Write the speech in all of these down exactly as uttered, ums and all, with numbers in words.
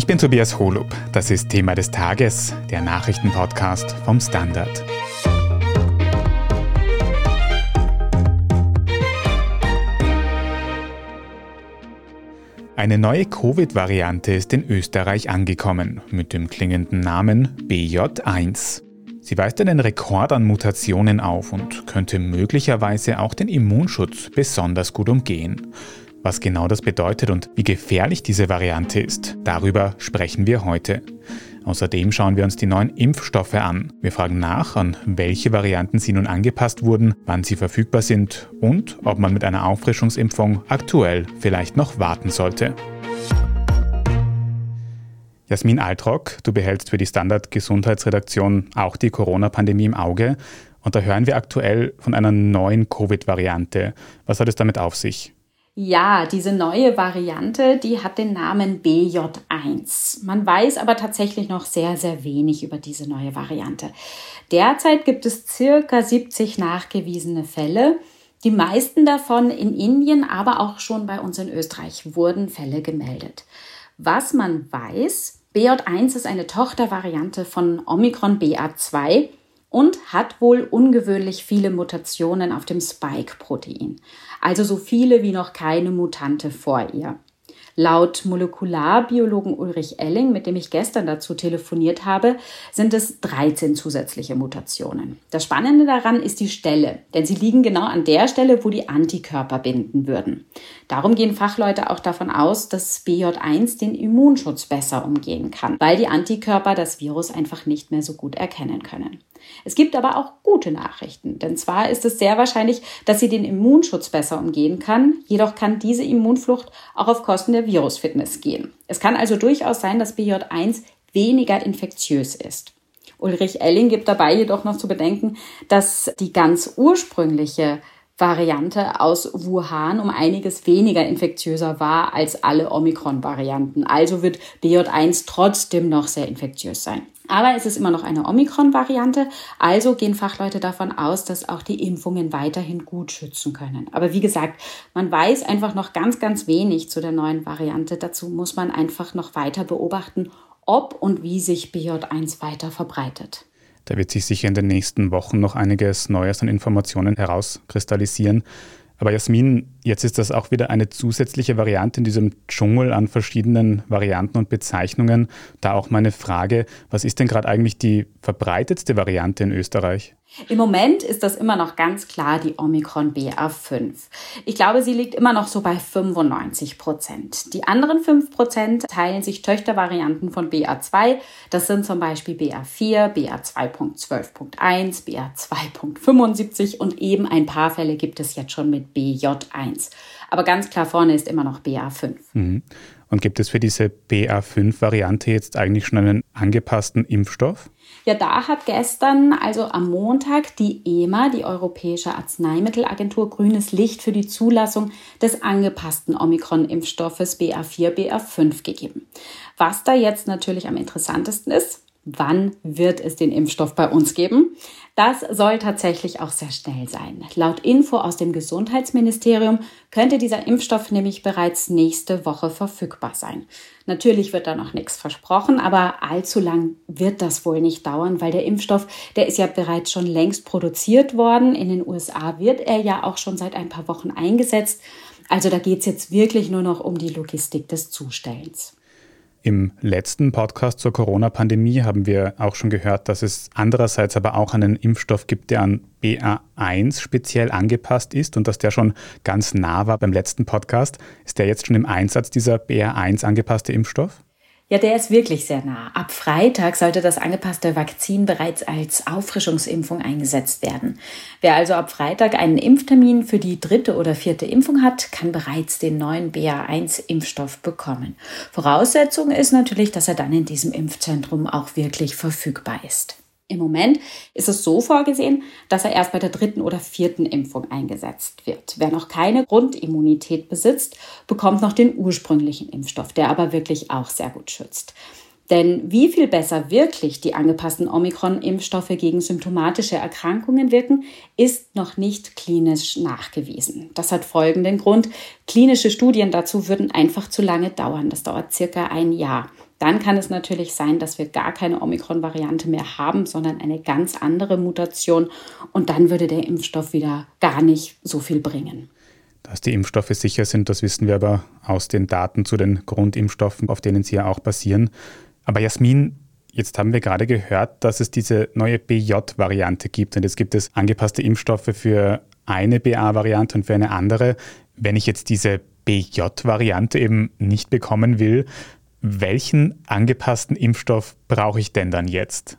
Ich bin Tobias Holub. Das ist Thema des Tages, der Nachrichtenpodcast vom Standard. Eine neue Covid-Variante ist in Österreich angekommen, mit dem klingenden Namen B J eins. Sie weist einen Rekord an Mutationen auf und könnte möglicherweise auch den Immunschutz besonders gut umgehen. Was genau das bedeutet und wie gefährlich diese Variante ist, darüber sprechen wir heute. Außerdem schauen wir uns die neuen Impfstoffe an. Wir fragen nach, an welche Varianten sie nun angepasst wurden, wann sie verfügbar sind und ob man mit einer Auffrischungsimpfung aktuell vielleicht noch warten sollte. Jasmin Altrock, du behältst für die Standard-Gesundheitsredaktion auch die Corona-Pandemie im Auge. Und da hören wir aktuell von einer neuen Covid-Variante. Was hat es damit auf sich? Ja, diese neue Variante, die hat den Namen B J eins. Man weiß aber tatsächlich noch sehr, sehr wenig über diese neue Variante. Derzeit gibt es circa siebzig nachgewiesene Fälle. Die meisten davon in Indien, aber auch schon bei uns in Österreich wurden Fälle gemeldet. Was man weiß, B J eins ist eine Tochtervariante von Omikron B A zwei und hat wohl ungewöhnlich viele Mutationen auf dem Spike-Protein. Also so viele wie noch keine Mutante vor ihr. Laut Molekularbiologen Ulrich Elling, mit dem ich gestern dazu telefoniert habe, sind es dreizehn zusätzliche Mutationen. Das Spannende daran ist die Stelle, denn sie liegen genau an der Stelle, wo die Antikörper binden würden. Darum gehen Fachleute auch davon aus, dass B J eins den Immunschutz besser umgehen kann, weil die Antikörper das Virus einfach nicht mehr so gut erkennen können. Es gibt aber auch gute Nachrichten, denn zwar ist es sehr wahrscheinlich, dass sie den Immunschutz besser umgehen kann, jedoch kann diese Immunflucht auch auf Kosten der Virusfitness gehen. Es kann also durchaus sein, dass B J eins weniger infektiös ist. Ulrich Elling gibt dabei jedoch noch zu bedenken, dass die ganz ursprüngliche Variante aus Wuhan um einiges weniger infektiöser war als alle Omikron-Varianten. Also wird B J eins trotzdem noch sehr infektiös sein. Aber es ist immer noch eine Omikron-Variante, also gehen Fachleute davon aus, dass auch die Impfungen weiterhin gut schützen können. Aber wie gesagt, man weiß einfach noch ganz, ganz wenig zu der neuen Variante. Dazu muss man einfach noch weiter beobachten, ob und wie sich B J eins weiter verbreitet. Da wird sich sicher in den nächsten Wochen noch einiges Neues an Informationen herauskristallisieren. Aber Jasmin, jetzt ist das auch wieder eine zusätzliche Variante in diesem Dschungel an verschiedenen Varianten und Bezeichnungen. Da auch meine Frage, was ist denn gerade eigentlich die verbreitetste Variante in Österreich? Im Moment ist das immer noch ganz klar die Omikron B A fünf. Ich glaube, sie liegt immer noch so bei fünfundneunzig Prozent. Die anderen fünf Prozent teilen sich Töchtervarianten von B A zwei. Das sind zum Beispiel B A vier, B A zwei Punkt zwölf Punkt eins, B A zwei Punkt fünfundsiebzig und eben ein paar Fälle gibt es jetzt schon mit B J eins. Aber ganz klar vorne ist immer noch B A fünf. Mhm. Und gibt es für diese B A fünf Variante jetzt eigentlich schon einen angepassten Impfstoff? Ja, da hat gestern, also am Montag, die E M A, die Europäische Arzneimittelagentur, grünes Licht für die Zulassung des angepassten Omikron-Impfstoffes B A vier, B A fünf gegeben. Was da jetzt natürlich am interessantesten ist: Wann wird es den Impfstoff bei uns geben? Das soll tatsächlich auch sehr schnell sein. Laut Info aus dem Gesundheitsministerium könnte dieser Impfstoff nämlich bereits nächste Woche verfügbar sein. Natürlich wird da noch nichts versprochen, aber allzu lang wird das wohl nicht dauern, weil der Impfstoff, der ist ja bereits schon längst produziert worden. In den U S A wird er ja auch schon seit ein paar Wochen eingesetzt. Also da geht es jetzt wirklich nur noch um die Logistik des Zustellens. Im letzten Podcast zur Corona-Pandemie haben wir auch schon gehört, dass es andererseits aber auch einen Impfstoff gibt, der an B A eins speziell angepasst ist und dass der schon ganz nah war beim letzten Podcast. Ist der jetzt schon im Einsatz, dieser B A eins angepasste Impfstoff? Ja, der ist wirklich sehr nah. Ab Freitag sollte das angepasste Vakzin bereits als Auffrischungsimpfung eingesetzt werden. Wer also ab Freitag einen Impftermin für die dritte oder vierte Impfung hat, kann bereits den neuen B A eins Impfstoff bekommen. Voraussetzung ist natürlich, dass er dann in diesem Impfzentrum auch wirklich verfügbar ist. Im Moment ist es so vorgesehen, dass er erst bei der dritten oder vierten Impfung eingesetzt wird. Wer noch keine Grundimmunität besitzt, bekommt noch den ursprünglichen Impfstoff, der aber wirklich auch sehr gut schützt. Denn wie viel besser wirklich die angepassten Omikron-Impfstoffe gegen symptomatische Erkrankungen wirken, ist noch nicht klinisch nachgewiesen. Das hat folgenden Grund. Klinische Studien dazu würden einfach zu lange dauern. Das dauert circa ein Jahr. Dann kann es natürlich sein, dass wir gar keine Omikron-Variante mehr haben, sondern eine ganz andere Mutation. Und dann würde der Impfstoff wieder gar nicht so viel bringen. Dass die Impfstoffe sicher sind, das wissen wir aber aus den Daten zu den Grundimpfstoffen, auf denen sie ja auch basieren. Aber Jasmin, jetzt haben wir gerade gehört, dass es diese neue B J-Variante gibt. Und jetzt gibt es angepasste Impfstoffe für eine B A-Variante und für eine andere. Wenn ich jetzt diese B J-Variante eben nicht bekommen will, welchen angepassten Impfstoff brauche ich denn dann jetzt?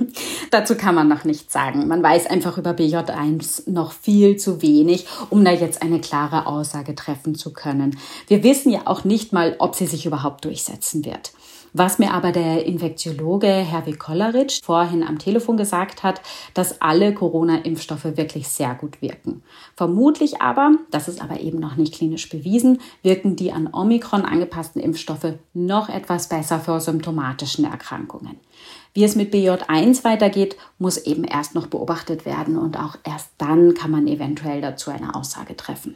Dazu kann man noch nichts sagen. Man weiß einfach über B J eins noch viel zu wenig, um da jetzt eine klare Aussage treffen zu können. Wir wissen ja auch nicht mal, ob sie sich überhaupt durchsetzen wird. Was mir aber der Infektiologe Hervé Kollerich vorhin am Telefon gesagt hat, dass alle Corona-Impfstoffe wirklich sehr gut wirken. Vermutlich aber, das ist aber eben noch nicht klinisch bewiesen, wirken die an Omikron angepassten Impfstoffe noch etwas besser vor symptomatischen Erkrankungen. Wie es mit B J eins weitergeht, muss eben erst noch beobachtet werden und auch erst dann kann man eventuell dazu eine Aussage treffen.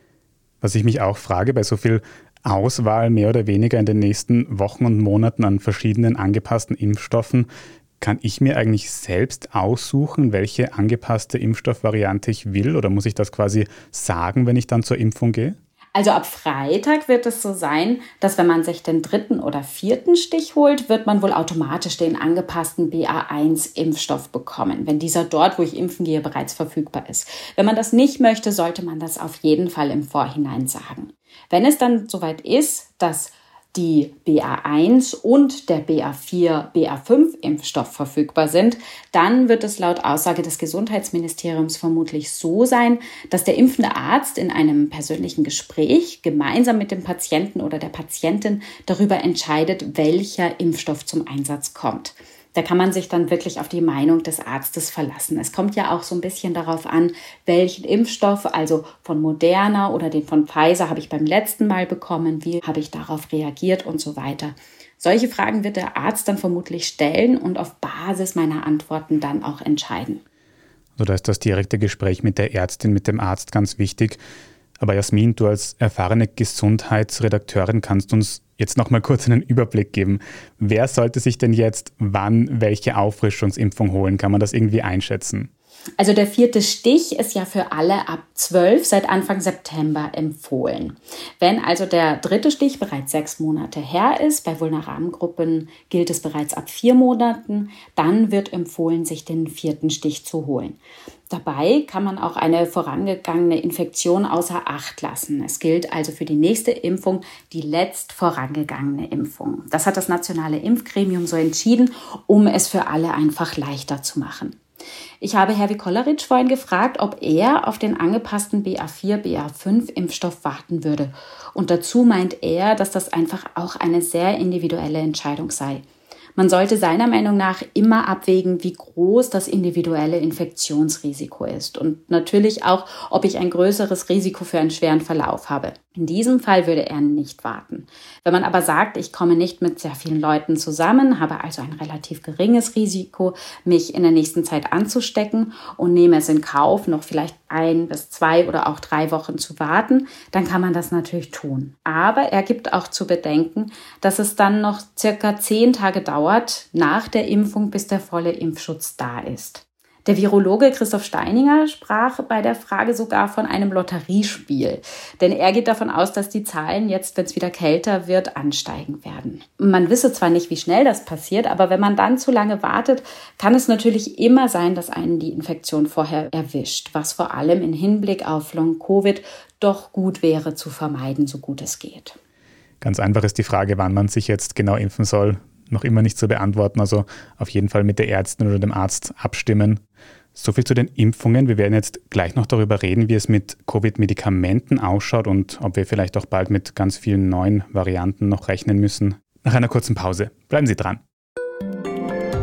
Was ich mich auch frage, bei so viel Auswahl mehr oder weniger in den nächsten Wochen und Monaten an verschiedenen angepassten Impfstoffen, kann ich mir eigentlich selbst aussuchen, welche angepasste Impfstoffvariante ich will, oder muss ich das quasi sagen, wenn ich dann zur Impfung gehe? Also ab Freitag wird es so sein, dass wenn man sich den dritten oder vierten Stich holt, wird man wohl automatisch den angepassten B A eins Impfstoff bekommen, wenn dieser dort, wo ich impfen gehe, bereits verfügbar ist. Wenn man das nicht möchte, sollte man das auf jeden Fall im Vorhinein sagen. Wenn es dann soweit ist, dass die B A eins und der B A vier, B A fünf Impfstoff verfügbar sind, dann wird es laut Aussage des Gesundheitsministeriums vermutlich so sein, dass der impfende Arzt in einem persönlichen Gespräch gemeinsam mit dem Patienten oder der Patientin darüber entscheidet, welcher Impfstoff zum Einsatz kommt. Da kann man sich dann wirklich auf die Meinung des Arztes verlassen. Es kommt ja auch so ein bisschen darauf an, welchen Impfstoff, also von Moderna oder den von Pfizer, habe ich beim letzten Mal bekommen, wie habe ich darauf reagiert und so weiter. Solche Fragen wird der Arzt dann vermutlich stellen und auf Basis meiner Antworten dann auch entscheiden. Also da ist das direkte Gespräch mit der Ärztin, mit dem Arzt ganz wichtig. Aber Jasmin, du als erfahrene Gesundheitsredakteurin kannst uns jetzt noch mal kurz einen Überblick geben. Wer sollte sich denn jetzt wann welche Auffrischungsimpfung holen? Kann man das irgendwie einschätzen? Also der vierte Stich ist ja für alle ab zwölf seit Anfang September empfohlen. Wenn also der dritte Stich bereits sechs Monate her ist, bei vulnerablen Gruppen gilt es bereits ab vier Monaten, dann wird empfohlen, sich den vierten Stich zu holen. Dabei kann man auch eine vorangegangene Infektion außer Acht lassen. Es gilt also für die nächste Impfung die letzt vorangegangene Impfung. Das hat das Nationale Impfgremium so entschieden, um es für alle einfach leichter zu machen. Ich habe Hervé Kollerich vorhin gefragt, ob er auf den angepassten B A vier, B A fünf Impfstoff warten würde. Und dazu meint er, dass das einfach auch eine sehr individuelle Entscheidung sei. Man sollte seiner Meinung nach immer abwägen, wie groß das individuelle Infektionsrisiko ist und natürlich auch, ob ich ein größeres Risiko für einen schweren Verlauf habe. In diesem Fall würde er nicht warten. Wenn man aber sagt, ich komme nicht mit sehr vielen Leuten zusammen, habe also ein relativ geringes Risiko, mich in der nächsten Zeit anzustecken und nehme es in Kauf, noch vielleicht ein bis zwei oder auch drei Wochen zu warten, dann kann man das natürlich tun. Aber er gibt auch zu bedenken, dass es dann noch circa zehn Tage dauert nach der Impfung, bis der volle Impfschutz da ist. Der Virologe Christoph Steininger sprach bei der Frage sogar von einem Lotteriespiel. Denn er geht davon aus, dass die Zahlen jetzt, wenn es wieder kälter wird, ansteigen werden. Man wisse zwar nicht, wie schnell das passiert, aber wenn man dann zu lange wartet, kann es natürlich immer sein, dass einen die Infektion vorher erwischt, was vor allem im Hinblick auf Long-Covid doch gut wäre zu vermeiden, so gut es geht. Ganz einfach ist die Frage, wann man sich jetzt genau impfen soll, noch immer nicht zu beantworten. Also auf jeden Fall mit der Ärztin oder dem Arzt abstimmen. So viel zu den Impfungen. Wir werden jetzt gleich noch darüber reden, wie es mit Covid-Medikamenten ausschaut und ob wir vielleicht auch bald mit ganz vielen neuen Varianten noch rechnen müssen. Nach einer kurzen Pause. Bleiben Sie dran. Guten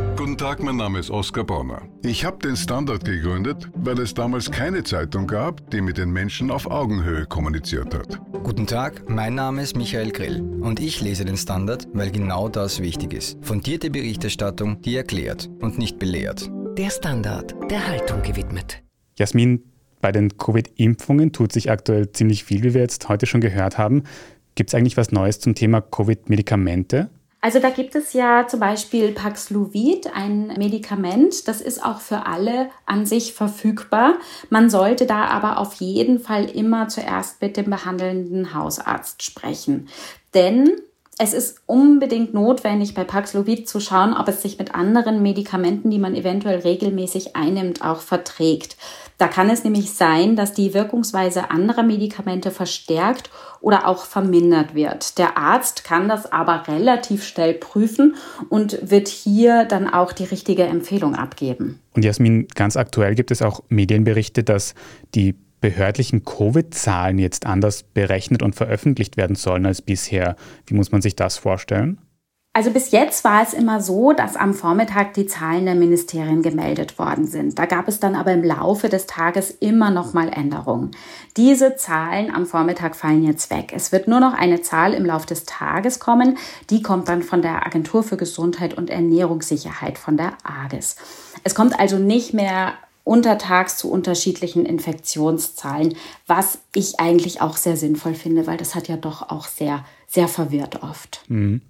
Tag, mein Name ist Oskar Bonner. Ich habe den Standard gegründet, weil es damals keine Zeitung gab, die mit den Menschen auf Augenhöhe kommuniziert hat. Guten Tag, mein Name ist Michael Grill und ich lese den Standard, weil genau das wichtig ist. Fundierte Berichterstattung, die erklärt und nicht belehrt. Der Standard, der Haltung gewidmet. Jasmin, bei den Covid-Impfungen tut sich aktuell ziemlich viel, wie wir jetzt heute schon gehört haben. Gibt es eigentlich was Neues zum Thema Covid-Medikamente? Also da gibt es ja zum Beispiel Paxlovid, ein Medikament, das ist auch für alle an sich verfügbar. Man sollte da aber auf jeden Fall immer zuerst mit dem behandelnden Hausarzt sprechen. Denn es ist unbedingt notwendig, bei Paxlovid zu schauen, ob es sich mit anderen Medikamenten, die man eventuell regelmäßig einnimmt, auch verträgt. Da kann es nämlich sein, dass die Wirkungsweise anderer Medikamente verstärkt oder auch vermindert wird. Der Arzt kann das aber relativ schnell prüfen und wird hier dann auch die richtige Empfehlung abgeben. Und Jasmin, ganz aktuell gibt es auch Medienberichte, dass die behördlichen Covid-Zahlen jetzt anders berechnet und veröffentlicht werden sollen als bisher. Wie muss man sich das vorstellen? Also bis jetzt war es immer so, dass am Vormittag die Zahlen der Ministerien gemeldet worden sind. Da gab es dann aber im Laufe des Tages immer noch mal Änderungen. Diese Zahlen am Vormittag fallen jetzt weg. Es wird nur noch eine Zahl im Laufe des Tages kommen. Die kommt dann von der Agentur für Gesundheit und Ernährungssicherheit, von der A G E S. Es kommt also nicht mehr untertags zu unterschiedlichen Infektionszahlen, was ich eigentlich auch sehr sinnvoll finde, weil das hat ja doch auch sehr, sehr verwirrt oft. Mhm.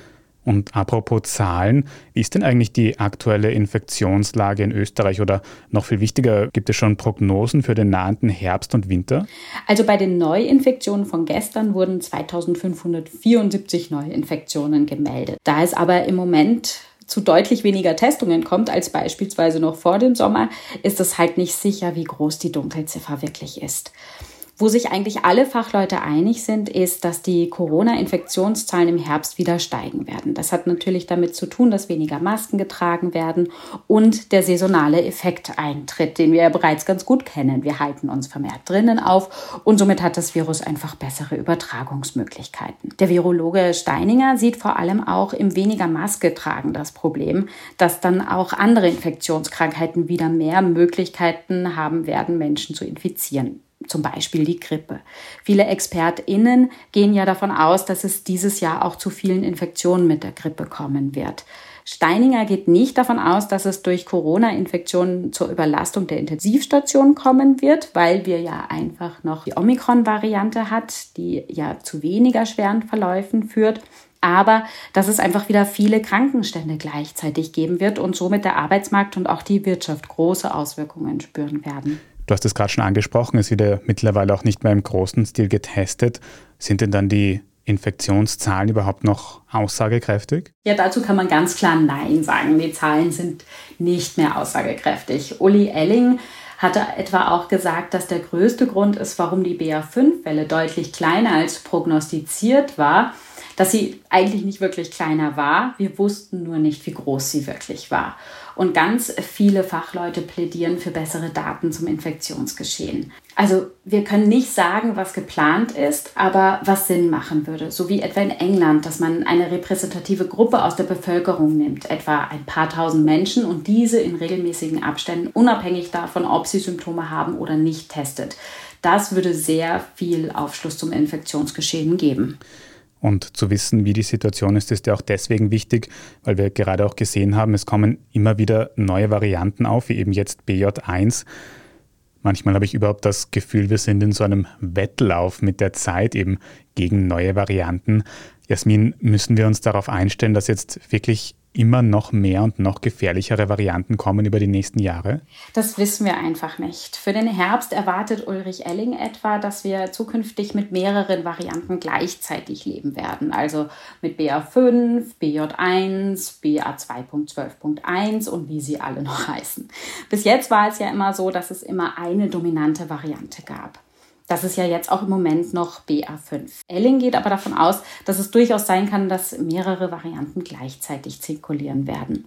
Und apropos Zahlen, wie ist denn eigentlich die aktuelle Infektionslage in Österreich oder noch viel wichtiger, gibt es schon Prognosen für den nahenden Herbst und Winter? Also bei den Neuinfektionen von gestern wurden zweitausendfünfhundertvierundsiebzig Neuinfektionen gemeldet. Da es aber im Moment zu deutlich weniger Testungen kommt als beispielsweise noch vor dem Sommer, ist es halt nicht sicher, wie groß die Dunkelziffer wirklich ist. Wo sich eigentlich alle Fachleute einig sind, ist, dass die Corona-Infektionszahlen im Herbst wieder steigen werden. Das hat natürlich damit zu tun, dass weniger Masken getragen werden und der saisonale Effekt eintritt, den wir ja bereits ganz gut kennen. Wir halten uns vermehrt drinnen auf und somit hat das Virus einfach bessere Übertragungsmöglichkeiten. Der Virologe Steininger sieht vor allem auch im weniger Maske tragen das Problem, dass dann auch andere Infektionskrankheiten wieder mehr Möglichkeiten haben werden, Menschen zu infizieren. Zum Beispiel die Grippe. Viele ExpertInnen gehen ja davon aus, dass es dieses Jahr auch zu vielen Infektionen mit der Grippe kommen wird. Steininger geht nicht davon aus, dass es durch Corona-Infektionen zur Überlastung der Intensivstation kommen wird, weil wir ja einfach noch die Omikron-Variante hat, die ja zu weniger schweren Verläufen führt. Aber dass es einfach wieder viele Krankenstände gleichzeitig geben wird und somit der Arbeitsmarkt und auch die Wirtschaft große Auswirkungen spüren werden. Du hast es gerade schon angesprochen, es wird ja mittlerweile auch nicht mehr im großen Stil getestet. Sind denn dann die Infektionszahlen überhaupt noch aussagekräftig? Ja, dazu kann man ganz klar Nein sagen. Die Zahlen sind nicht mehr aussagekräftig. Uli Elling hatte etwa auch gesagt, dass der größte Grund ist, warum die B A fünf Welle deutlich kleiner als prognostiziert war, dass sie eigentlich nicht wirklich kleiner war. Wir wussten nur nicht, wie groß sie wirklich war. Und ganz viele Fachleute plädieren für bessere Daten zum Infektionsgeschehen. Also wir können nicht sagen, was geplant ist, aber was Sinn machen würde. So wie etwa in England, dass man eine repräsentative Gruppe aus der Bevölkerung nimmt, etwa ein paar tausend Menschen und diese in regelmäßigen Abständen, unabhängig davon, ob sie Symptome haben oder nicht, testet. Das würde sehr viel Aufschluss zum Infektionsgeschehen geben. Und zu wissen, wie die Situation ist, ist ja auch deswegen wichtig, weil wir gerade auch gesehen haben, es kommen immer wieder neue Varianten auf, wie eben jetzt B J eins. Manchmal habe ich überhaupt das Gefühl, wir sind in so einem Wettlauf mit der Zeit eben gegen neue Varianten. Jasmin, müssen wir uns darauf einstellen, dass jetzt wirklich immer noch mehr und noch gefährlichere Varianten kommen über die nächsten Jahre? Das wissen wir einfach nicht. Für den Herbst erwartet Ulrich Elling etwa, dass wir zukünftig mit mehreren Varianten gleichzeitig leben werden. Also mit B A fünf, B J eins, B A zwei Punkt zwölf Punkt eins und wie sie alle noch heißen. Bis jetzt war es ja immer so, dass es immer eine dominante Variante gab. Das ist ja jetzt auch im Moment noch B A fünf. Elling geht aber davon aus, dass es durchaus sein kann, dass mehrere Varianten gleichzeitig zirkulieren werden.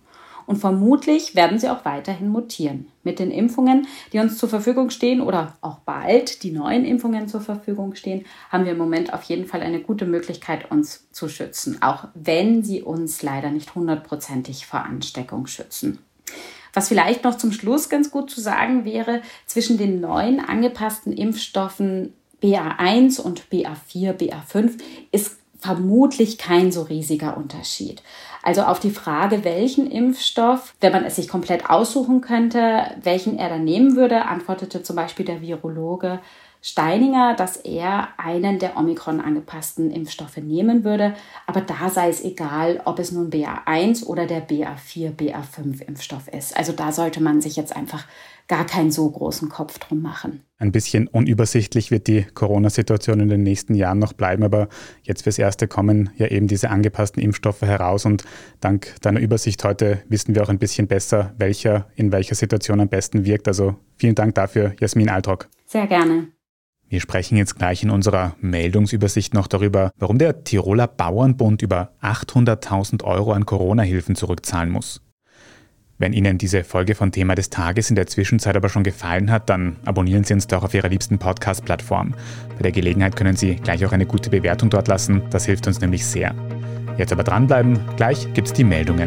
Und vermutlich werden sie auch weiterhin mutieren. Mit den Impfungen, die uns zur Verfügung stehen oder auch bald die neuen Impfungen zur Verfügung stehen, haben wir im Moment auf jeden Fall eine gute Möglichkeit, uns zu schützen, auch wenn sie uns leider nicht hundertprozentig vor Ansteckung schützen. Was vielleicht noch zum Schluss ganz gut zu sagen wäre, zwischen den neuen angepassten Impfstoffen B A eins und B A vier, B A fünf ist vermutlich kein so riesiger Unterschied. Also auf die Frage, welchen Impfstoff, wenn man es sich komplett aussuchen könnte, welchen er dann nehmen würde, antwortete zum Beispiel der Virologe Steininger, dass er einen der Omikron angepassten Impfstoffe nehmen würde. Aber da sei es egal, ob es nun B A eins oder der B A vier, B A fünf Impfstoff ist. Also da sollte man sich jetzt einfach gar keinen so großen Kopf drum machen. Ein bisschen unübersichtlich wird die Corona-Situation in den nächsten Jahren noch bleiben, aber jetzt fürs Erste kommen ja eben diese angepassten Impfstoffe heraus und dank deiner Übersicht heute wissen wir auch ein bisschen besser, welcher in welcher Situation am besten wirkt. Also vielen Dank dafür, Jasmin Altrock. Sehr gerne. Wir sprechen jetzt gleich in unserer Meldungsübersicht noch darüber, warum der Tiroler Bauernbund über achthunderttausend Euro an Corona-Hilfen zurückzahlen muss. Wenn Ihnen diese Folge von Thema des Tages in der Zwischenzeit aber schon gefallen hat, dann abonnieren Sie uns doch auf Ihrer liebsten Podcast-Plattform. Bei der Gelegenheit können Sie gleich auch eine gute Bewertung dort lassen, das hilft uns nämlich sehr. Jetzt aber dranbleiben, gleich gibt's die Meldungen.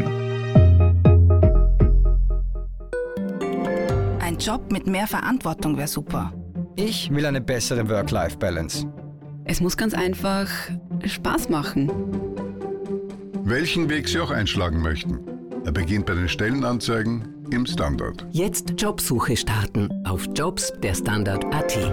Ein Job mit mehr Verantwortung wäre super. Ich will eine bessere Work-Life-Balance. Es muss ganz einfach Spaß machen. Welchen Weg Sie auch einschlagen möchten. Er beginnt bei den Stellenanzeigen im Standard. Jetzt Jobsuche starten auf jobs der Standard punkt a t.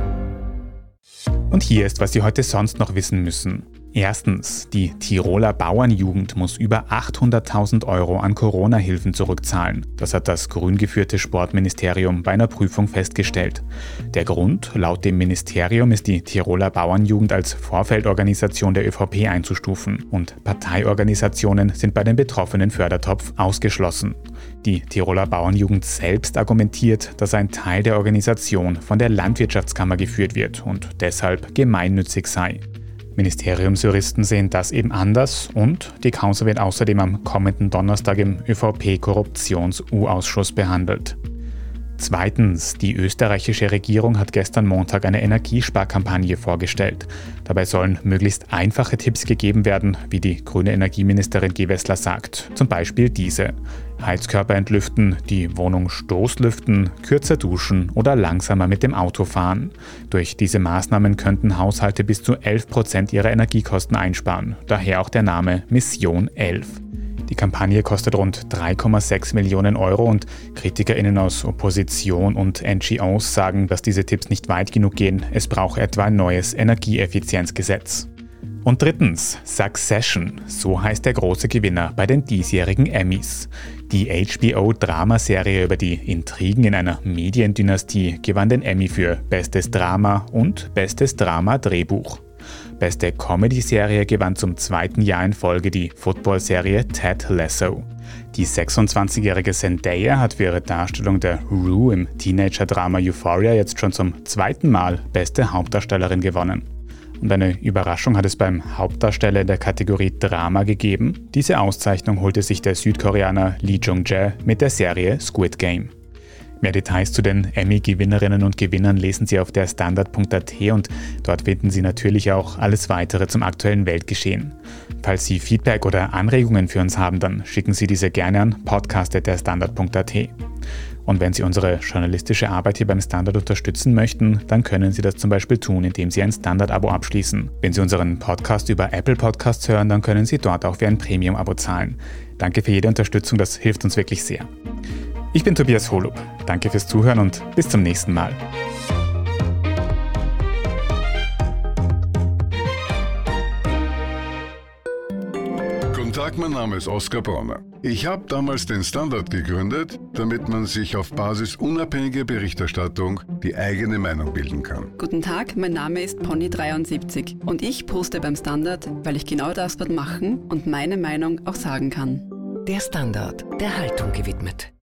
Und hier ist, was Sie heute sonst noch wissen müssen. Erstens, die Tiroler Bauernjugend muss über achthunderttausend Euro an Corona-Hilfen zurückzahlen. Das hat das grün geführte Sportministerium bei einer Prüfung festgestellt. Der Grund, laut dem Ministerium, ist die Tiroler Bauernjugend als Vorfeldorganisation der ÖVP einzustufen und Parteiorganisationen sind bei dem betroffenen Fördertopf ausgeschlossen. Die Tiroler Bauernjugend selbst argumentiert, dass ein Teil der Organisation von der Landwirtschaftskammer geführt wird und deshalb gemeinnützig sei. Ministeriumsjuristen sehen das eben anders und die Causa wird außerdem am kommenden Donnerstag im ÖVP-Korruptions-U Ausschuss behandelt. Zweitens, die österreichische Regierung hat gestern Montag eine Energiesparkampagne vorgestellt. Dabei sollen möglichst einfache Tipps gegeben werden, wie die grüne Energieministerin Gewessler sagt. Zum Beispiel diese: Heizkörper entlüften, die Wohnung stoßlüften, kürzer duschen oder langsamer mit dem Auto fahren. Durch diese Maßnahmen könnten Haushalte bis zu elf Prozent ihrer Energiekosten einsparen. Daher auch der Name Mission elf. Die Kampagne kostet rund drei Komma sechs Millionen Euro und KritikerInnen aus Opposition und N G Os sagen, dass diese Tipps nicht weit genug gehen. Es braucht etwa ein neues Energieeffizienzgesetz. Und drittens, Succession, so heißt der große Gewinner bei den diesjährigen Emmys. Die H B O-Dramaserie über die Intrigen in einer Mediendynastie gewann den Emmy für Bestes Drama und Bestes Drama-Drehbuch. Beste Comedy-Serie gewann zum zweiten Jahr in Folge die Football-Serie Ted Lasso. Die sechsundzwanzigjährige Zendaya hat für ihre Darstellung der Rue im Teenager-Drama Euphoria jetzt schon zum zweiten Mal Beste Hauptdarstellerin gewonnen. Und eine Überraschung hat es beim Hauptdarsteller in der Kategorie Drama gegeben. Diese Auszeichnung holte sich der Südkoreaner Lee Jung-jae mit der Serie Squid Game. Mehr Details zu den Emmy-Gewinnerinnen und Gewinnern lesen Sie auf der Standard punkt a t und dort finden Sie natürlich auch alles weitere zum aktuellen Weltgeschehen. Falls Sie Feedback oder Anregungen für uns haben, dann schicken Sie diese gerne an podcast at der standard punkt a t. Und wenn Sie unsere journalistische Arbeit hier beim Standard unterstützen möchten, dann können Sie das zum Beispiel tun, indem Sie ein Standard-Abo abschließen. Wenn Sie unseren Podcast über Apple Podcasts hören, dann können Sie dort auch für ein Premium-Abo zahlen. Danke für jede Unterstützung, das hilft uns wirklich sehr. Ich bin Tobias Holub. Danke fürs Zuhören und bis zum nächsten Mal. Guten Tag, mein Name ist Oskar Bronner. Ich habe damals den Standard gegründet, damit man sich auf Basis unabhängiger Berichterstattung die eigene Meinung bilden kann. Guten Tag, mein Name ist Pony dreiundsiebzig und ich poste beim Standard, weil ich genau das dort machen und meine Meinung auch sagen kann. Der Standard, der Haltung gewidmet.